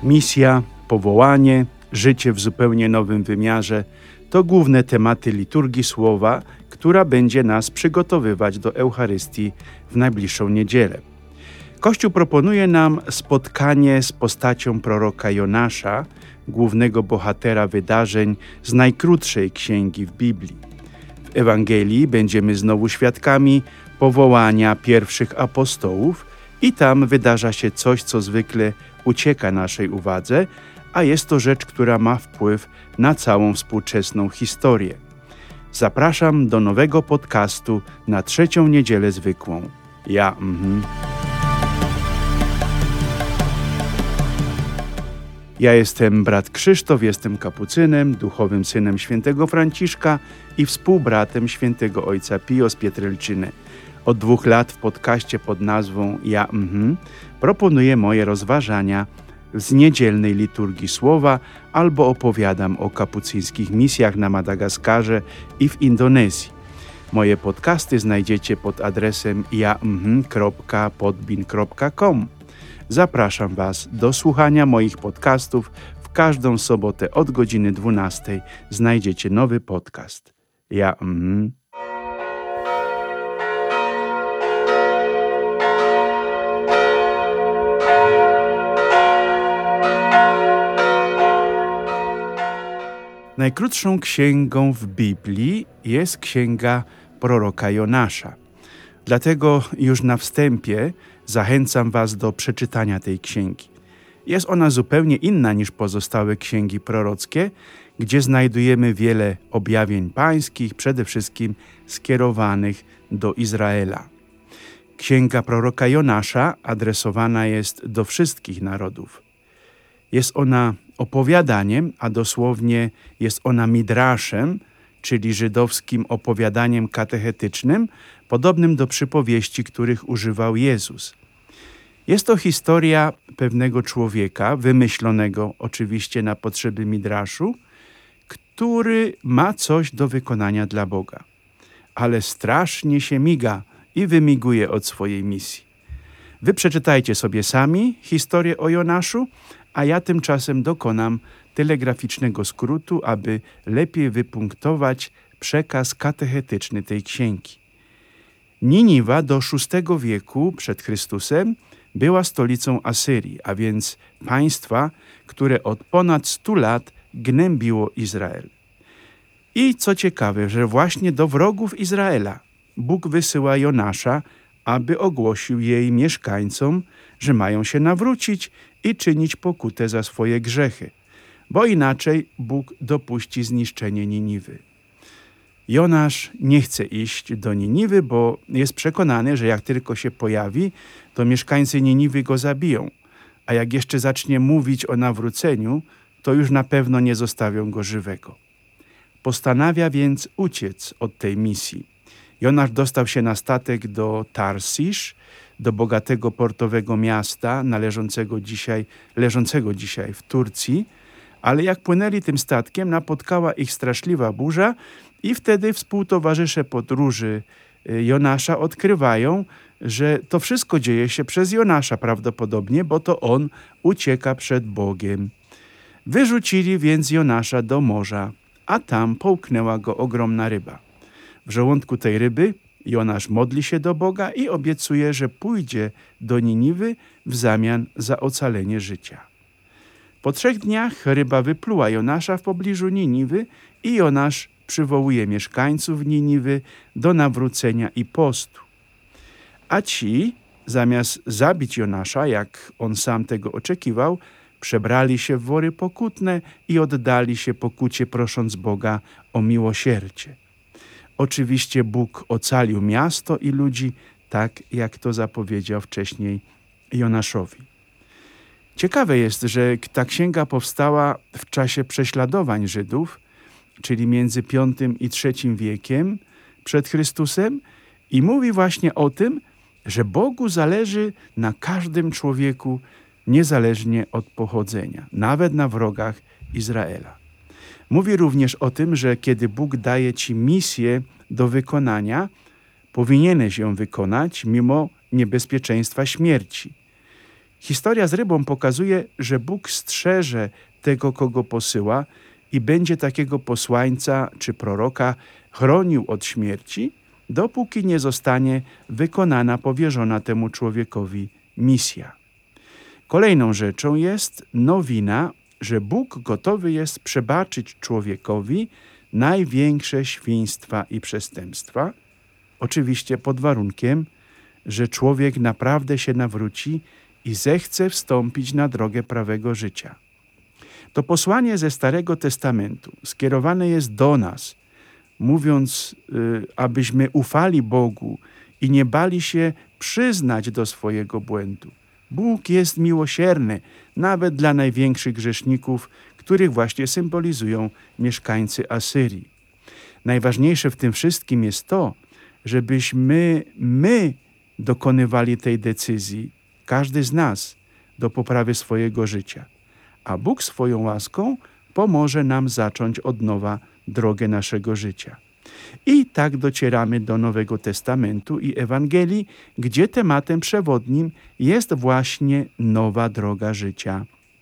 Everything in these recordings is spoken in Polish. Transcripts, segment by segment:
Misja, powołanie, życie w zupełnie nowym wymiarze to główne tematy liturgii Słowa, która będzie nas przygotowywać do Eucharystii w najbliższą niedzielę. Kościół proponuje nam spotkanie z postacią proroka Jonasza, głównego bohatera wydarzeń z najkrótszej księgi w Biblii. W Ewangelii będziemy znowu świadkami powołania pierwszych apostołów i tam wydarza się coś, co zwykle ucieka naszej uwadze, a jest to rzecz, która ma wpływ na całą współczesną historię. Zapraszam do nowego podcastu na trzecią niedzielę zwykłą. Ja jestem brat Krzysztof, jestem kapucynem, duchowym synem świętego Franciszka i współbratem świętego ojca Pio z Pietrelciny. Od 2 lat w podcaście pod nazwą proponuję moje rozważania z niedzielnej liturgii Słowa albo opowiadam o kapucyńskich misjach na Madagaskarze i w Indonezji. Moje podcasty znajdziecie pod adresem ja.podbin.com. Zapraszam Was do słuchania moich podcastów. W każdą sobotę od godziny 12 znajdziecie nowy podcast. Najkrótszą księgą w Biblii jest księga proroka Jonasza. Dlatego już na wstępie zachęcam Was do przeczytania tej księgi. Jest ona zupełnie inna niż pozostałe księgi prorockie, gdzie znajdujemy wiele objawień pańskich, przede wszystkim skierowanych do Izraela. Księga proroka Jonasza adresowana jest do wszystkich narodów. Jest ona opowiadaniem, a dosłownie jest ona midraszem, czyli żydowskim opowiadaniem katechetycznym, podobnym do przypowieści, których używał Jezus. Jest to historia pewnego człowieka, wymyślonego oczywiście na potrzeby midraszu, który ma coś do wykonania dla Boga, ale strasznie się miga i wymiguje od swojej misji. Wy przeczytajcie sobie sami historię o Jonaszu, a ja tymczasem dokonam telegraficznego skrótu, aby lepiej wypunktować przekaz katechetyczny tej księgi. Niniwa do VI wieku przed Chrystusem była stolicą Asyrii, a więc państwa, które od ponad 100 lat gnębiło Izrael. I co ciekawe, że właśnie do wrogów Izraela Bóg wysyła Jonasza, aby ogłosił jej mieszkańcom, że mają się nawrócić i czynić pokutę za swoje grzechy, bo inaczej Bóg dopuści zniszczenie Niniwy. Jonasz nie chce iść do Niniwy, bo jest przekonany, że jak tylko się pojawi, to mieszkańcy Niniwy go zabiją, a jak jeszcze zacznie mówić o nawróceniu, to już na pewno nie zostawią go żywego. Postanawia więc uciec od tej misji. Jonasz dostał się na statek do Tarsisz, do bogatego portowego miasta leżącego dzisiaj w Turcji, ale jak płynęli tym statkiem, napotkała ich straszliwa burza i wtedy współtowarzysze podróży Jonasza odkrywają, że to wszystko dzieje się przez Jonasza prawdopodobnie, bo to on ucieka przed Bogiem. Wyrzucili więc Jonasza do morza, a tam połknęła go ogromna ryba. W żołądku tej ryby Jonasz modli się do Boga i obiecuje, że pójdzie do Niniwy w zamian za ocalenie życia. Po 3 dniach ryba wypluła Jonasza w pobliżu Niniwy i Jonasz przywołuje mieszkańców Niniwy do nawrócenia i postu. A ci, zamiast zabić Jonasza, jak on sam tego oczekiwał, przebrali się w wory pokutne i oddali się pokucie, prosząc Boga o miłosierdzie. Oczywiście Bóg ocalił miasto i ludzi, tak jak to zapowiedział wcześniej Jonaszowi. Ciekawe jest, że ta księga powstała w czasie prześladowań Żydów, czyli między V i III wiekiem przed Chrystusem i mówi właśnie o tym, że Bogu zależy na każdym człowieku, niezależnie od pochodzenia, nawet na wrogach Izraela. Mówi również o tym, że kiedy Bóg daje ci misję do wykonania, powinieneś ją wykonać mimo niebezpieczeństwa śmierci. Historia z rybą pokazuje, że Bóg strzeże tego, kogo posyła i będzie takiego posłańca czy proroka chronił od śmierci, dopóki nie zostanie wykonana powierzona temu człowiekowi misja. Kolejną rzeczą jest nowina, że Bóg gotowy jest przebaczyć człowiekowi największe świństwa i przestępstwa, oczywiście pod warunkiem, że człowiek naprawdę się nawróci i zechce wstąpić na drogę prawego życia. To posłanie ze Starego Testamentu skierowane jest do nas, mówiąc, abyśmy ufali Bogu i nie bali się przyznać do swojego błędu. Bóg jest miłosierny, nawet dla największych grzeszników, których właśnie symbolizują mieszkańcy Asyrii. Najważniejsze w tym wszystkim jest to, żebyśmy my dokonywali tej decyzji, każdy z nas, do poprawy swojego życia. A Bóg swoją łaską pomoże nam zacząć od nowa drogę naszego życia. I tak docieramy do Nowego Testamentu i Ewangelii, gdzie tematem przewodnim jest właśnie nowa droga życia.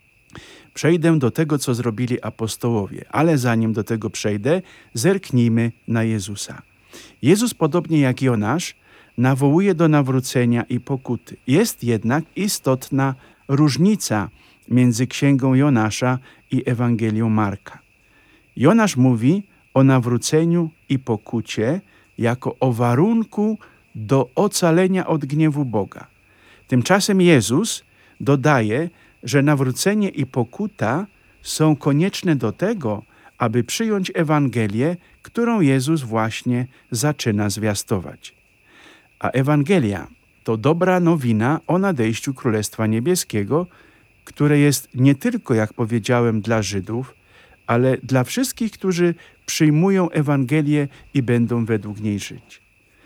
Przejdę do tego, co zrobili apostołowie, ale zanim do tego przejdę, zerknijmy na Jezusa. Jezus, podobnie jak Jonasz, nawołuje do nawrócenia i pokuty. Jest jednak istotna różnica między księgą Jonasza i Ewangelią Marka. Jonasz mówi o nawróceniu i pokucie jako o warunku do ocalenia od gniewu Boga. Tymczasem Jezus dodaje, że nawrócenie i pokuta są konieczne do tego, aby przyjąć Ewangelię, którą Jezus właśnie zaczyna zwiastować. A Ewangelia to dobra nowina o nadejściu Królestwa Niebieskiego, które jest nie tylko, jak powiedziałem, dla Żydów, ale dla wszystkich, którzy przyjmują Ewangelię i będą według niej żyć.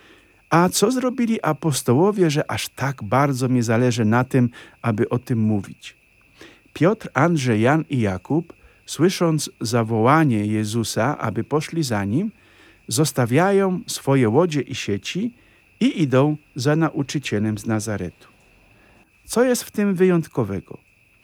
A co zrobili apostołowie, że aż tak bardzo mi zależy na tym, aby o tym mówić? Piotr, Andrzej, Jan i Jakub, słysząc zawołanie Jezusa, aby poszli za Nim, zostawiają swoje łodzie i sieci i idą za nauczycielem z Nazaretu. Co jest w tym wyjątkowego?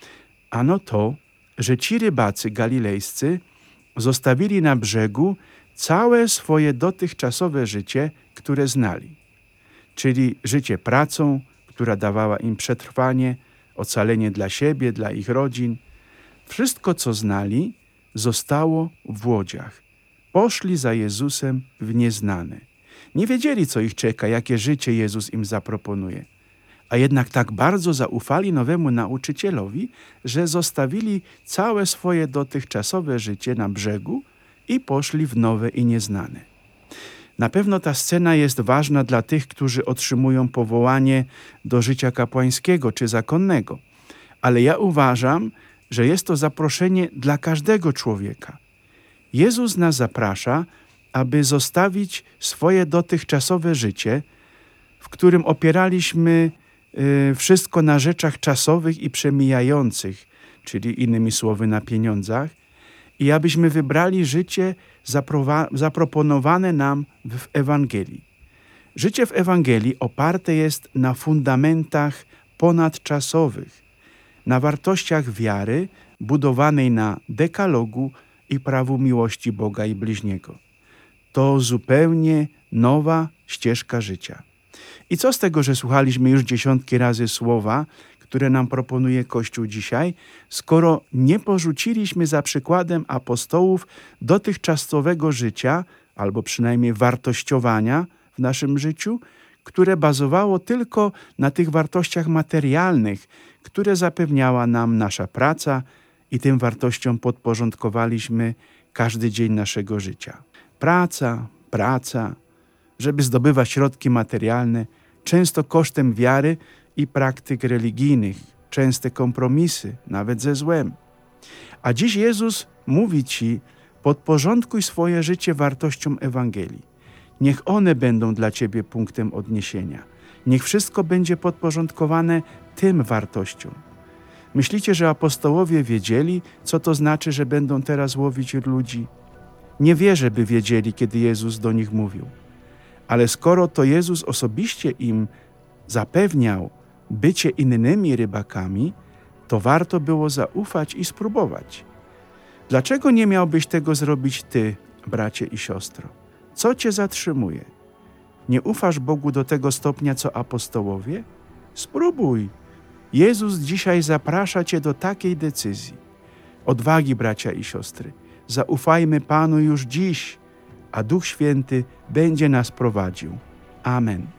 Ano to, że ci rybacy galilejscy zostawili na brzegu całe swoje dotychczasowe życie, które znali, czyli życie pracą, która dawała im przetrwanie, ocalenie dla siebie, dla ich rodzin. Wszystko, co znali, zostało w łodziach. Poszli za Jezusem w nieznane. Nie wiedzieli, co ich czeka, jakie życie Jezus im zaproponuje. A jednak tak bardzo zaufali nowemu nauczycielowi, że zostawili całe swoje dotychczasowe życie na brzegu i poszli w nowe i nieznane. Na pewno ta scena jest ważna dla tych, którzy otrzymują powołanie do życia kapłańskiego czy zakonnego. Ale ja uważam, że jest to zaproszenie dla każdego człowieka. Jezus nas zaprasza, aby zostawić swoje dotychczasowe życie, w którym opieraliśmy wszystko na rzeczach czasowych i przemijających, czyli innymi słowy na pieniądzach, i abyśmy wybrali życie zaproponowane nam w Ewangelii. Życie w Ewangelii oparte jest na fundamentach ponadczasowych, na wartościach wiary budowanej na dekalogu i prawu miłości Boga i bliźniego. To zupełnie nowa ścieżka życia. I co z tego, że słuchaliśmy już dziesiątki razy słowa, które nam proponuje Kościół dzisiaj, skoro nie porzuciliśmy za przykładem apostołów dotychczasowego życia, albo przynajmniej wartościowania w naszym życiu, które bazowało tylko na tych wartościach materialnych, które zapewniała nam nasza praca i tym wartościom podporządkowaliśmy każdy dzień naszego życia. Praca, żeby zdobywać środki materialne, często kosztem wiary i praktyk religijnych, częste kompromisy, nawet ze złem. A dziś Jezus mówi Ci, podporządkuj swoje życie wartościom Ewangelii. Niech one będą dla Ciebie punktem odniesienia. Niech wszystko będzie podporządkowane tym wartościom. Myślicie, że apostołowie wiedzieli, co to znaczy, że będą teraz łowić ludzi? Nie wierzę, by wiedzieli, kiedy Jezus do nich mówił. Ale skoro to Jezus osobiście im zapewniał bycie innymi rybakami, to warto było zaufać i spróbować. Dlaczego nie miałbyś tego zrobić ty, bracie i siostro? Co cię zatrzymuje? Nie ufasz Bogu do tego stopnia, co apostołowie? Spróbuj. Jezus dzisiaj zaprasza cię do takiej decyzji. Odwagi, bracia i siostry. Zaufajmy Panu już dziś, a Duch Święty będzie nas prowadził. Amen.